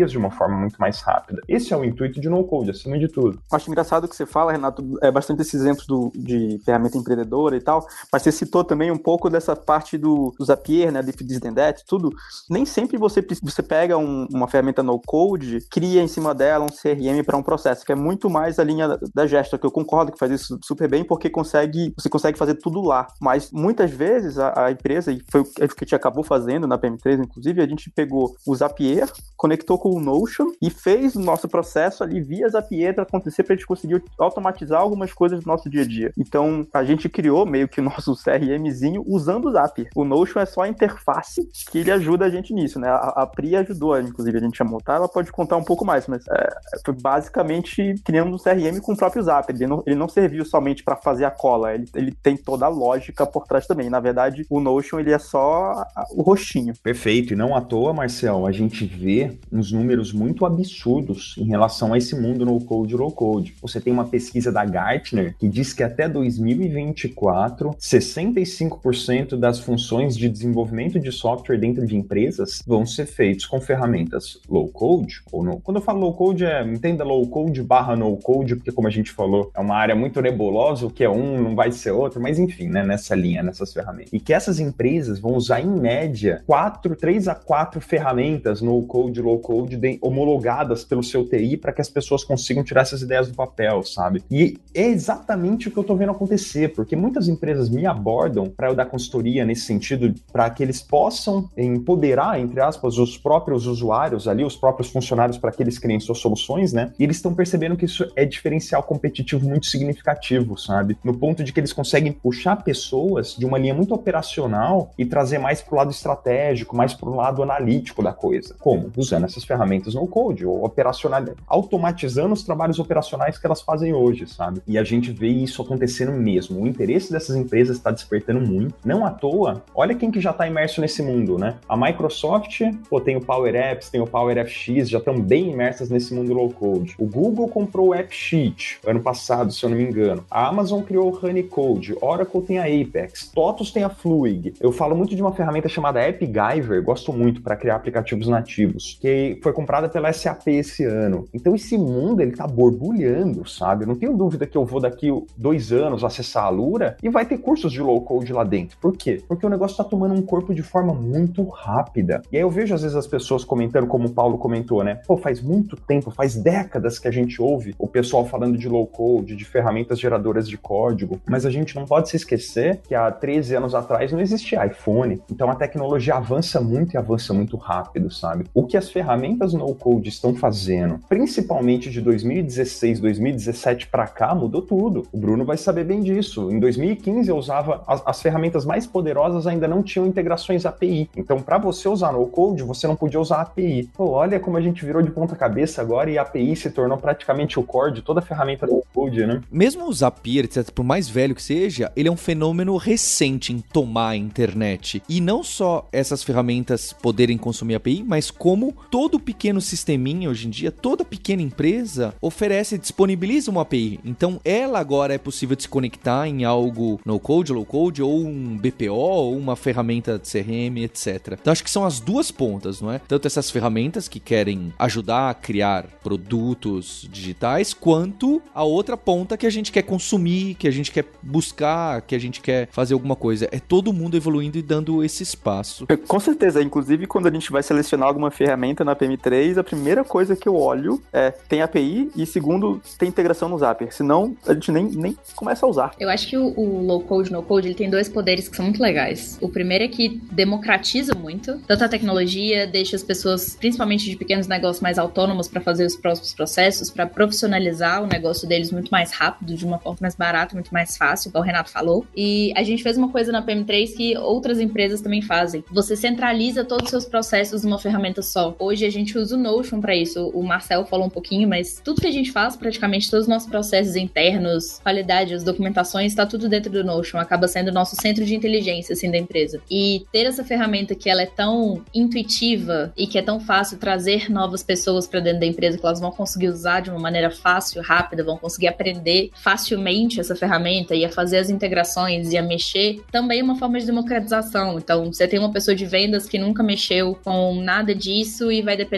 forma muito mais rápida. Esse é o intuito de no-code, acima de tudo. Acho engraçado que você fala, Renato, é bastante esses exemplos do, de ferramenta empreendedora e tal, mas você citou também um pouco dessa parte do, do Zapier, né, de This and That, tudo. Nem sempre você, você pega um, uma ferramenta no-code, cria em cima dela um C R M para um processo, que é muito mais a linha da, da Gestor, que eu concordo que faz isso super bem, porque consegue, você consegue fazer tudo lá. Mas muitas vezes a, a empresa, e foi o que a gente acabou fazendo na P M três, inclusive, a gente pegou o Zapier, conectou com o Notion e fez o nosso processo ali via Zapier para acontecer, para a gente conseguir automatizar algumas coisas do nosso dia a dia. Então, a gente criou meio que o nosso C R Mzinho usando o Zapier. O Notion é só a interface que ele ajuda a gente nisso, né? A, a Pri ajudou, inclusive, a gente a montar, ela pode contar um pouco mais, mas é, foi basicamente criando um C R M com o próprio Zapier. Ele não, ele não serviu somente para fazer a cola, ele, ele tem toda a lógica por trás também. Na verdade, o Notion, ele é só o rostinho. Perfeito, e não à toa, Marcel, a gente vê uns números muito absurdos em relação a esse mundo no-code e low-code. Você tem uma pesquisa da Gartner que diz que até dois mil e vinte e quatro, sessenta e cinco por cento das funções de desenvolvimento de software dentro de empresas vão ser feitos com ferramentas low-code, ou no... Quando eu falo low-code, é, entenda low-code barra no-code, porque como a gente falou, é uma área muito nebulosa, o que é um não vai ser outro, mas enfim, né, nessa linha, nessas ferramentas. E que essas empresas vão usar, em média, quatro, três a quatro ferramentas no-code, low-code, de, homologadas pelo seu T I para que as pessoas consigam tirar essas ideias do papel, sabe? E é exatamente o que eu tô vendo acontecer, porque muitas empresas me abordam para eu dar consultoria nesse sentido, para que eles possam empoderar, entre aspas, os próprios usuários ali, os próprios funcionários, para que eles criem suas soluções, né? E eles estão percebendo que isso é diferencial competitivo muito significativo, sabe? No ponto de que eles conseguem puxar pessoas de uma linha muito operacional e trazer mais pro lado estratégico, mais pro lado analítico da coisa. Como? Usando essas ferramentas no code, ou operacional, automatizando os trabalhos operacionais que elas fazem hoje, sabe? E a gente vê isso acontecendo mesmo. O interesse dessas empresas está despertando muito. Não à toa, olha quem que já está imerso nesse mundo, né? A Microsoft, pô, tem o Power Apps, tem o Power F X, já estão bem imersas nesse mundo low code. O Google comprou o AppSheet ano passado, se eu não me engano. A Amazon criou o Honeycode. Oracle tem a Apex. TOTUS tem a Fluig. Eu falo muito de uma ferramenta chamada AppGyver, gosto muito para criar aplicativos nativos, que foi comprada pela S A P esse ano. Então esse mundo, ele tá borbulhando, sabe? Eu não tenho dúvida que eu vou daqui dois anos acessar a Lura e vai ter cursos de low code lá dentro. Por quê? Porque o negócio tá tomando um corpo de forma muito rápida. E aí eu vejo às vezes as pessoas comentando, como o Paulo comentou, né? Pô, faz muito tempo, faz décadas que a gente ouve o pessoal falando de low code, de ferramentas geradoras de código, mas a gente não pode se esquecer que há treze anos atrás não existia iPhone. Então a tecnologia avança muito e avança muito rápido, sabe? O que as ferramentas no code estão fazendo, principalmente de dois mil e dezesseis, dois mil e dezessete para cá, mudou tudo. O Bruno vai saber bem disso. Em dois mil e quinze eu usava as, as ferramentas mais poderosas, ainda não tinham integrações A P I. Então, para você usar no code, você não podia usar A P I. Pô, olha como a gente virou de ponta cabeça agora e a A P I se tornou praticamente o core de toda a ferramenta no code, né? Mesmo o Zapier, etcétera, por mais velho que seja, ele é um fenômeno recente em tomar a internet. E não só essas ferramentas poderem consumir A P I, mas como todo pequeno sisteminha hoje em dia, toda pequena empresa oferece, disponibiliza uma A P I. Então, ela agora é possível de se conectar em algo no-code, low-code, ou um B P O, ou uma ferramenta de C R M, etcétera. Então, acho que são as duas pontas, não é? Tanto essas ferramentas que querem ajudar a criar produtos digitais, quanto a outra ponta que a gente quer consumir, que a gente quer buscar, que a gente quer fazer alguma coisa. É todo mundo evoluindo e dando esse espaço. Com certeza. Inclusive, quando a gente vai selecionar alguma ferramenta na P M três, a primeira coisa que eu olho é tem A P I e, segundo, tem integração no Zapier. Senão, a gente nem, nem começa a usar. Eu acho que o, o low-code, no-code, ele tem dois poderes que são muito legais. O primeiro é que democratiza muito, tanto a tecnologia, deixa as pessoas, principalmente de pequenos negócios, mais autônomos para fazer os próprios processos, para profissionalizar o negócio deles muito mais rápido, de uma forma mais barata, muito mais fácil, como o Renato falou. E a gente fez uma coisa na P M três que outras empresas também fazem. Você centraliza todos os seus processos numa ferramenta só. Hoje a gente usa o Notion para isso. O Marcel falou um pouquinho, mas tudo que a gente faz, praticamente todos os nossos processos internos, qualidade, as documentações, está tudo dentro do Notion. Acaba sendo o nosso centro de inteligência, assim, da empresa. E ter essa ferramenta que ela é tão intuitiva e que é tão fácil trazer novas pessoas para dentro da empresa, que elas vão conseguir usar de uma maneira fácil, rápida, vão conseguir aprender facilmente essa ferramenta e a fazer as integrações e a mexer, também é uma forma de democratização. Então, você tem uma pessoa de vendas que nunca mexeu com nada disso e vai depender de um C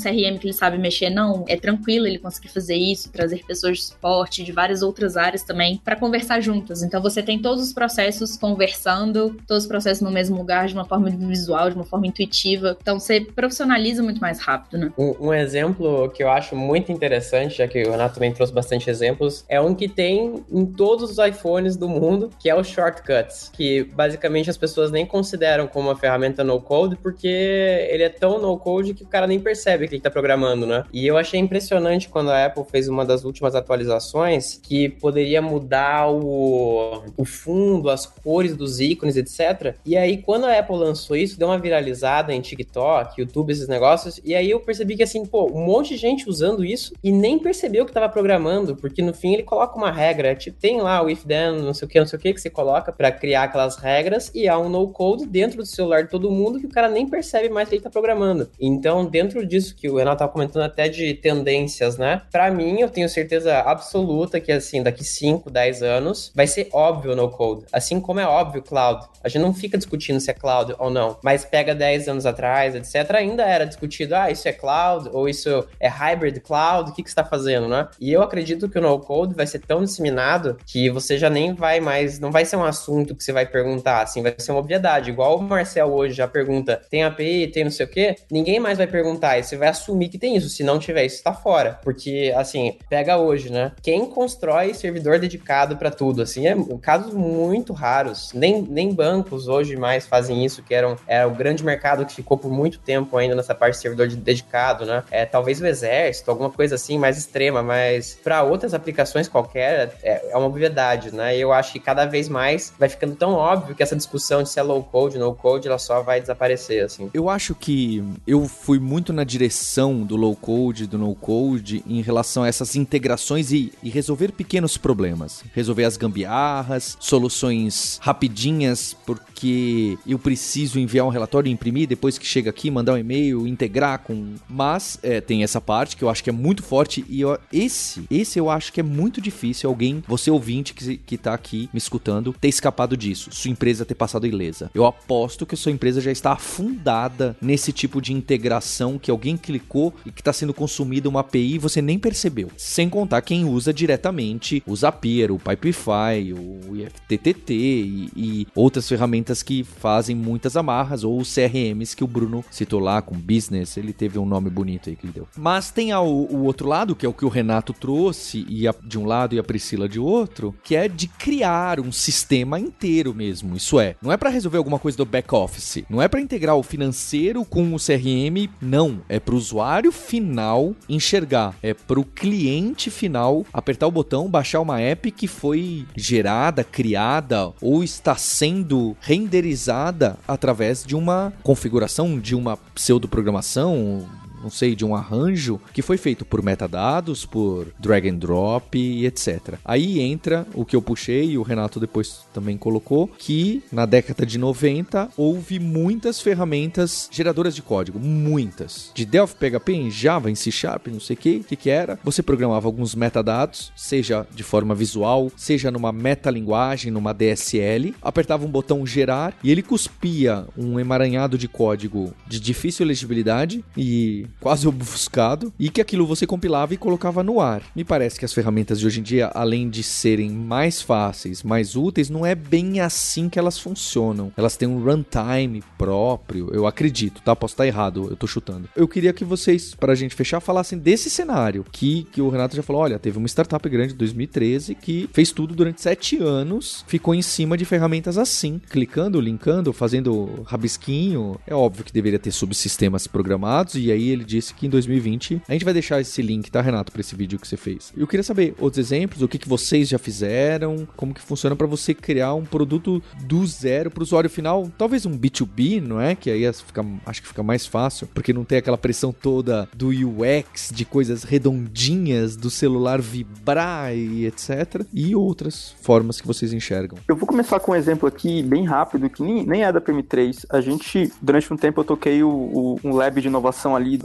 C R M que ele sabe mexer, não, é tranquilo ele conseguir fazer isso, trazer pessoas de suporte de várias outras áreas também para conversar juntas. Então você tem todos os processos conversando, todos os processos no mesmo lugar, de uma forma visual, de uma forma intuitiva. Então você profissionaliza muito mais rápido, né? Um, um exemplo que eu acho muito interessante, já que o Renato também trouxe bastante exemplos, é um que tem em todos os iPhones do mundo, que é o Shortcuts, que basicamente as pessoas nem consideram como uma ferramenta no-code, porque ele é tão no-code que o cara nem percebe que ele tá programando, né? E eu achei impressionante quando a Apple fez uma das últimas atualizações que poderia mudar o, o fundo, as cores dos ícones, etcétera. E aí, quando a Apple lançou isso, deu uma viralizada em TikTok, YouTube, esses negócios, e aí eu percebi que, assim, pô, um monte de gente usando isso e nem percebeu que tava programando, porque no fim ele coloca uma regra, tipo, tem lá o if then, não sei o que, não sei o que, que você coloca pra criar aquelas regras, e há um no-code dentro do celular de todo mundo que o cara nem percebe mais que ele tá programando. Então, dentro disso que o Renato tava comentando até de tendências, né? Pra mim, eu tenho certeza absoluta que, assim, daqui cinco, dez anos, vai ser óbvio no-code. Assim como é óbvio cloud. A gente não fica discutindo se é cloud ou não, mas pega dez anos atrás, etcétera, ainda era discutido, ah, isso é cloud, ou isso é hybrid cloud, o que que você tá fazendo, né? E eu acredito que o no-code vai ser tão disseminado que você já nem vai mais, não vai ser um assunto que você vai perguntar, assim, vai ser uma obviedade. Igual o Marcel hoje já pergunta, tem A P I, tem não sei o quê, ninguém mais vai perguntar, e você vai assumir que tem isso. Se não tiver isso, tá fora. Porque, assim, pega hoje, né? Quem constrói servidor dedicado pra tudo, assim, é casos muito raros. Nem, nem bancos hoje mais fazem isso, que eram, era o grande mercado que ficou por muito tempo ainda nessa parte de servidor de dedicado, né? É, talvez o exército, alguma coisa assim mais extrema, mas para outras aplicações qualquer é, é uma obviedade, né? E eu acho que cada vez mais vai ficando tão óbvio que essa discussão de se é low code, no code, ela só vai desaparecer, assim. Eu acho que eu fui muito na direção do low code, do no code, em relação a essas integrações e, e resolver pequenos problemas. Resolver as gambiarras, soluções rapidinhas, porque eu preciso enviar um relatório e imprimir, depois que chega aqui, mandar um e-mail, integrar com... Mas é, tem essa parte que eu acho que é muito forte e eu, esse, esse eu acho que é muito difícil alguém, você ouvinte que, que tá aqui me escutando, ter escapado disso, sua empresa ter passado ilesa. Eu aposto que a sua empresa já está afundada nesse tipo de integração que alguém clicou e que está sendo consumida uma A P I e você nem percebeu. Sem contar quem usa diretamente o Zapier, o Pipefy, o I F T T T e, e outras ferramentas que fazem muitas amarras, ou os C R Ms que o Bruno citou lá com Business, ele teve um nome bonito aí que ele deu. Mas tem a, o, o outro lado, que é o que o Renato trouxe, e a, de um lado e a Priscila de outro, que é de criar um sistema inteiro mesmo. Isso é, não é para resolver alguma coisa do back-office, não é para integrar o financeiro com o C R M, não. É para o usuário final enxergar, é para o cliente final apertar o botão, baixar uma app que foi gerada, criada ou está sendo renderizada através de uma configuração, de uma pseudoprogramação, não sei, de um arranjo que foi feito por metadados, por drag and drop e etcétera. Aí entra o que eu puxei e o Renato depois também colocou, que na década de noventa houve muitas ferramentas geradoras de código, muitas. De Delphi, P H P, em Java, em C Sharp, não sei o que, o que que era. Você programava alguns metadados, seja de forma visual, seja numa metalinguagem, numa D S L, apertava um botão gerar e ele cuspia um emaranhado de código de difícil legibilidade e quase obfuscado, e que aquilo você compilava e colocava no ar. Me parece que as ferramentas de hoje em dia, além de serem mais fáceis, mais úteis, não é bem assim que elas funcionam. Elas têm um runtime próprio, eu acredito, tá? Posso estar errado, eu tô chutando. Eu queria que vocês, pra gente fechar, falassem desse cenário, que, que o Renato já falou, olha, teve uma startup grande em dois mil e treze que fez tudo durante sete anos, ficou em cima de ferramentas assim, clicando, linkando, fazendo rabisquinho. É óbvio que deveria ter subsistemas programados, e aí ele disse que em dois mil e vinte, a gente vai deixar esse link, tá, Renato, pra esse vídeo que você fez. Eu queria saber outros exemplos, o que, que vocês já fizeram, como que funciona pra você criar um produto do zero pro usuário final, talvez um B dois B, não é? Que aí fica, acho que fica mais fácil, porque não tem aquela pressão toda do U X, de coisas redondinhas, do celular vibrar e etcétera. E outras formas que vocês enxergam. Eu vou começar com um exemplo aqui, bem rápido, que nem, nem é da P M três. A gente, durante um tempo, eu toquei o, o, um lab de inovação ali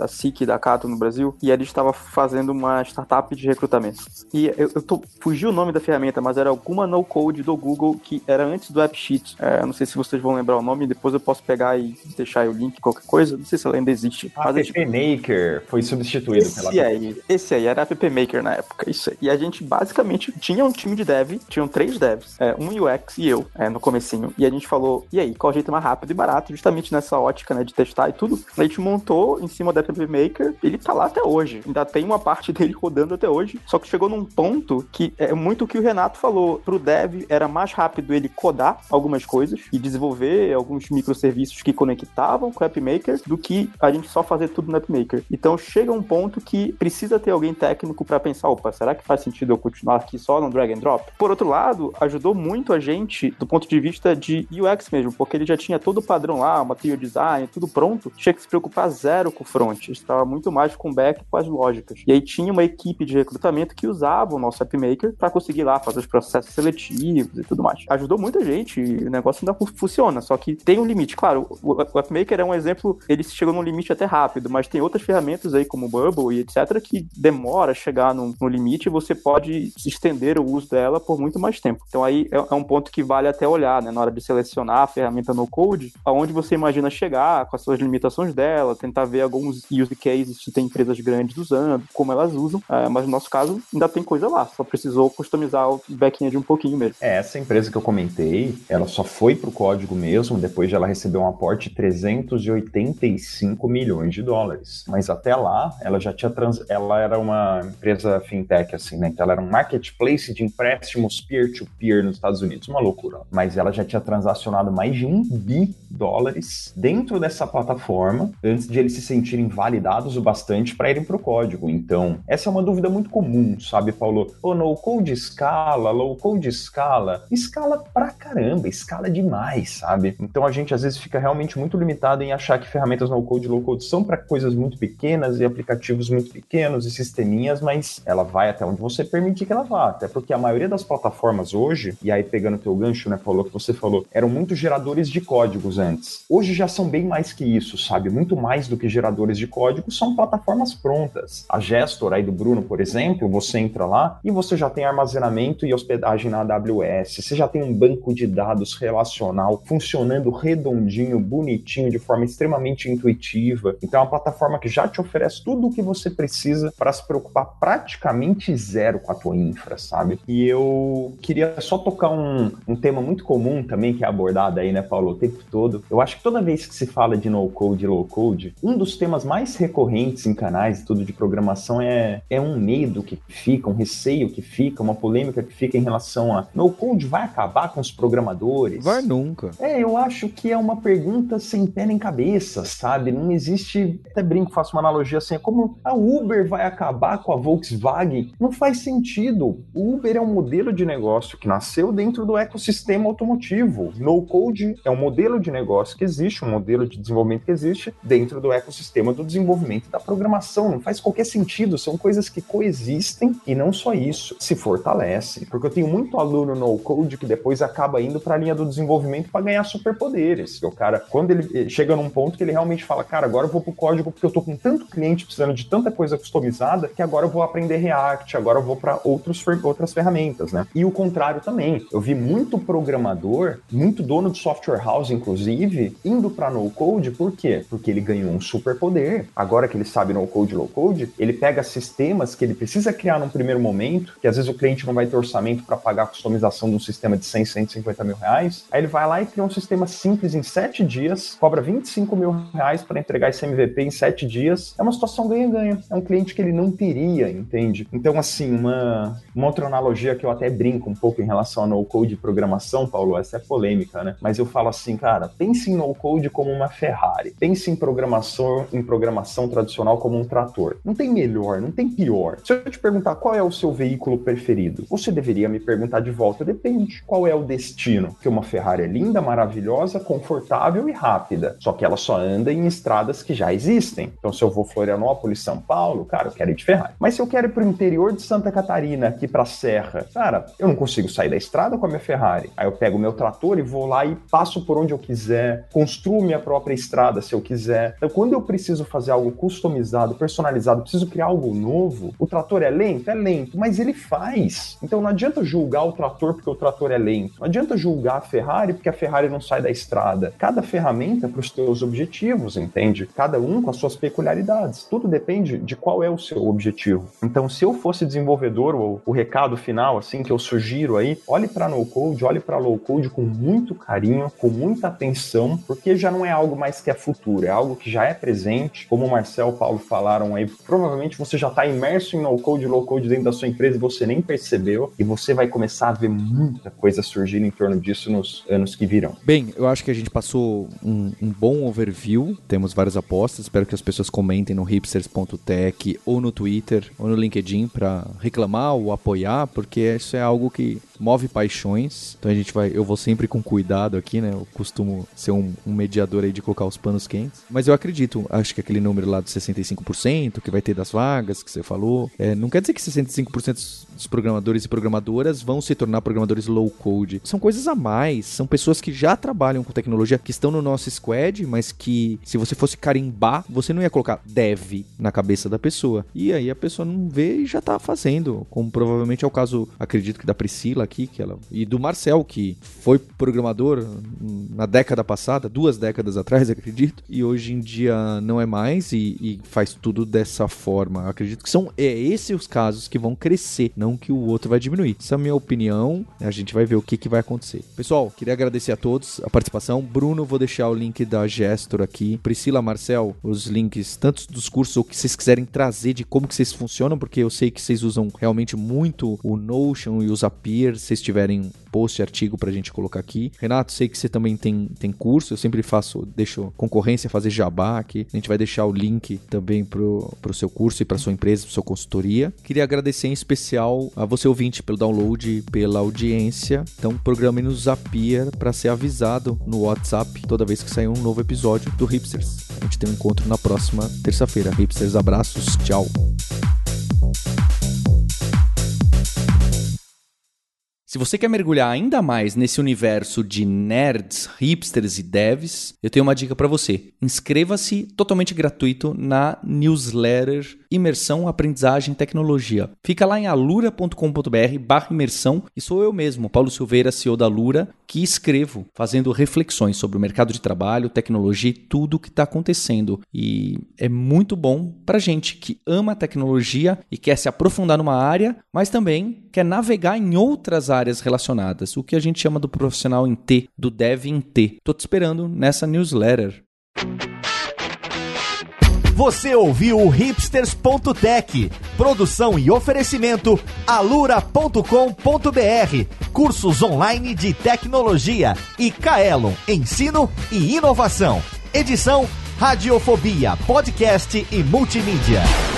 da S I C e da Cato no Brasil, e a gente estava fazendo uma startup de recrutamento. E eu, eu tô, fugi o nome da ferramenta, mas era alguma no-code do Google que era antes do AppSheet. É, não sei se vocês vão lembrar o nome, depois eu posso pegar e deixar aí o link, qualquer coisa. Não sei se ela ainda existe. A App tipo, Maker foi substituído esse pela aí, esse aí era a App Maker na época. Isso aí. E a gente basicamente tinha um time de dev, tinham três devs, é, um U X e eu, é, no comecinho. E a gente falou, e aí, qual o jeito mais rápido e barato, justamente nessa ótica, né, de testar e tudo. A gente montou em cima da App Maker, ele tá lá até hoje. Ainda tem uma parte dele rodando até hoje, só que chegou num ponto que é muito o que o Renato falou. Pro dev era mais rápido ele codar algumas coisas e desenvolver alguns microserviços que conectavam com o App Maker do que a gente só fazer tudo no App Maker. Então chega um ponto que precisa ter alguém técnico para pensar, opa, será que faz sentido eu continuar aqui só no drag and drop? Por outro lado, ajudou muito a gente do ponto de vista de U X mesmo, porque ele já tinha todo o padrão lá, o material design, tudo pronto, tinha que se preocupar zero com o front, estava muito mais com o back e com as lógicas. E aí tinha uma equipe de recrutamento que usava o nosso App Maker para conseguir lá fazer os processos seletivos e tudo mais. Ajudou muita gente e o negócio ainda funciona, só que tem um limite. Claro, o App Maker é um exemplo, ele chegou num limite até rápido, mas tem outras ferramentas aí como o Bubble e etcétera que demora a chegar no, no limite e você pode estender o uso dela por muito mais tempo. Então aí é, é um ponto que vale até olhar, né, na hora de selecionar a ferramenta no code, aonde você imagina chegar com as suas limitações dela, tentar ver alguns use cases se tem empresas grandes usando, como elas usam, é, mas no nosso caso ainda tem coisa lá, só precisou customizar o back-end um pouquinho mesmo. É, essa empresa que eu comentei, ela só foi pro código mesmo depois de ela receber um aporte de trezentos e oitenta e cinco milhões de dólares. Mas até lá, ela já tinha trans... ela era uma empresa fintech, assim, né? Então ela era um marketplace de empréstimos peer-to-peer nos Estados Unidos, uma loucura. Mas ela já tinha transacionado mais de um bi dólares dentro dessa plataforma antes de eles se sentirem validados o bastante para irem pro código. Então, essa é uma dúvida muito comum, sabe, Paulo? Pô, no-code escala, low-code escala. Escala pra caramba, escala demais, sabe? Então a gente às vezes fica realmente muito limitado em achar que ferramentas no-code e low-code são para coisas muito pequenas e aplicativos muito pequenos e sisteminhas, mas ela vai até onde você permitir que ela vá, até porque a maioria das plataformas hoje, e aí pegando o teu gancho, né, Paulo, que você falou, eram muito geradores de códigos antes. Hoje já são bem mais que isso, sabe? Muito mais do que geradores de código, são plataformas prontas. A Gestor aí do Bruno, por exemplo, você entra lá e você já tem armazenamento e hospedagem na A W S, você já tem um banco de dados relacional funcionando redondinho, bonitinho, de forma extremamente intuitiva. Então é uma plataforma que já te oferece tudo o que você precisa para se preocupar praticamente zero com a tua infra, sabe? E eu queria só tocar um, um tema muito comum também, que é abordado aí, né, Paulo, o tempo todo. Eu acho que toda vez que se fala de no-code e low-code, um dos temas mais recorrentes em canais e tudo de programação é, é um medo que fica, um receio que fica, uma polêmica que fica em relação a no-code vai acabar com os programadores? Vai nunca. É, eu acho que é uma pergunta sem pé nem cabeça, sabe? Não existe, até brinco, faço uma analogia assim, é como a Uber vai acabar com a Volkswagen? Não faz sentido. O Uber é um modelo de negócio que nasceu dentro do ecossistema automotivo. No-code é um modelo de negócio que existe, um modelo de desenvolvimento que existe dentro do ecossistema do desenvolvimento e da programação. Não faz qualquer sentido, são coisas que coexistem e não só isso, se fortalece. Porque eu tenho muito aluno no-code que depois acaba indo para a linha do desenvolvimento para ganhar superpoderes. O cara, quando ele chega num ponto que ele realmente fala, cara, agora eu vou pro código porque eu tô com tanto cliente precisando de tanta coisa customizada que agora eu vou aprender React, agora eu vou para outros outras ferramentas, né? E o contrário também. Eu vi muito programador, muito dono de software house, inclusive, indo para no-code, por quê? Porque ele ganhou um superpoder. Agora que ele sabe no-code e low-code, ele pega sistemas que ele precisa criar num primeiro momento, que às vezes o cliente não vai ter orçamento para pagar a customização de um sistema de cem, cento e cinquenta mil reais, aí ele vai lá e cria um sistema simples em sete dias, cobra vinte e cinco mil reais para entregar esse M V P em sete dias. É uma situação ganha-ganha. É um cliente que ele não teria, entende? Então, assim, uma, uma outra analogia que eu até brinco um pouco em relação a no-code e programação, Paulo, essa é polêmica, né? Mas eu falo assim, cara, pense em no-code como uma Ferrari. Pense em programação, em programação tradicional como um trator. Não tem melhor, não tem pior. Se eu te perguntar qual é o seu veículo preferido, você deveria me perguntar de volta, depende. Qual é o destino? Porque uma Ferrari é linda, maravilhosa, confortável e rápida. Só que ela só anda em estradas que já existem. Então, se eu vou Florianópolis, São Paulo, cara, eu quero ir de Ferrari. Mas se eu quero ir pro interior de Santa Catarina, aqui pra Serra, cara, eu não consigo sair da estrada com a minha Ferrari. Aí eu pego o meu trator e vou lá e passo por onde eu quiser, construo minha própria estrada se eu quiser. Então, quando eu preciso fazer algo customizado, personalizado, preciso criar algo novo. O trator é lento? É lento, mas ele faz. Então não adianta julgar o trator porque o trator é lento. Não adianta julgar a Ferrari porque a Ferrari não sai da estrada. Cada ferramenta para os teus objetivos, entende? Cada um com as suas peculiaridades. Tudo depende de qual é o seu objetivo. Então, se eu fosse desenvolvedor, o, o recado final, assim, que eu sugiro aí, olhe para no-code, olhe para low-code com muito carinho, com muita atenção, porque já não é algo mais que é futuro, é algo que já é presente. Como o Marcel e o Paulo falaram aí, provavelmente você já está imerso em no-code e low-code dentro da sua empresa e você nem percebeu, e você vai começar a ver muita coisa surgindo em torno disso nos anos que virão. Bem, eu acho que a gente passou um, um bom overview, temos várias apostas, espero que as pessoas comentem no hipsters ponto tech ou no Twitter ou no LinkedIn para reclamar ou apoiar, porque isso é algo que move paixões, então a gente vai, eu vou sempre com cuidado aqui, né, eu costumo ser um, um mediador aí de colocar os panos quentes, mas eu acredito, acho que aquele número lá de sessenta e cinco por cento que vai ter das vagas que você falou, é, não quer dizer que sessenta e cinco por cento dos programadores e programadoras vão se tornar programadores low code, são coisas a mais, são pessoas que já trabalham com tecnologia, que estão no nosso squad, mas que se você fosse carimbar, você não ia colocar dev na cabeça da pessoa, e aí a pessoa não vê e já tá fazendo, como provavelmente é o caso, acredito que da Priscila aqui, que ela, e do Marcel, que foi programador na década passada, duas décadas atrás, acredito, e hoje em dia não é mais e, e faz tudo dessa forma. Acredito que são é, esses os casos que vão crescer, não que o outro vai diminuir. Essa é a minha opinião, a gente vai ver o que, que vai acontecer. Pessoal, queria agradecer a todos a participação. Bruno, vou deixar o link da Gestor aqui. Priscila, Marcel, os links, tanto dos cursos ou que vocês quiserem trazer de como que vocês funcionam, porque eu sei que vocês usam realmente muito o Notion e o Zapier. Se vocês tiverem post, artigo pra gente colocar aqui. Renato, sei que você também tem, tem curso, eu sempre faço, deixo concorrência, fazer jabá aqui. A gente vai deixar o link também pro, pro seu curso e pra sua empresa, pra sua consultoria. Queria agradecer em especial a você ouvinte pelo download, pela audiência. Então, programe no Zapier pra ser avisado no WhatsApp toda vez que sair um novo episódio do Hipsters. A gente tem um encontro na próxima terça-feira. Hipsters, abraços, tchau! Se você quer mergulhar ainda mais nesse universo de nerds, hipsters e devs, eu tenho uma dica para você. Inscreva-se totalmente gratuito na newsletter Imersão, Aprendizagem e Tecnologia. Fica lá em alura ponto com ponto br barra imersão e sou eu mesmo, Paulo Silveira, C E O da Alura, que escrevo fazendo reflexões sobre o mercado de trabalho, tecnologia e tudo o que está acontecendo. E é muito bom para gente que ama tecnologia e quer se aprofundar numa área, mas também quer navegar em outras áreas relacionadas, o que a gente chama do profissional em T, do dev em T. Tô te esperando nessa newsletter. Você ouviu o hipsters ponto tech, produção e oferecimento alura ponto com ponto br, cursos online de tecnologia e Kaelon, ensino e inovação. Edição Radiofobia, podcast e multimídia.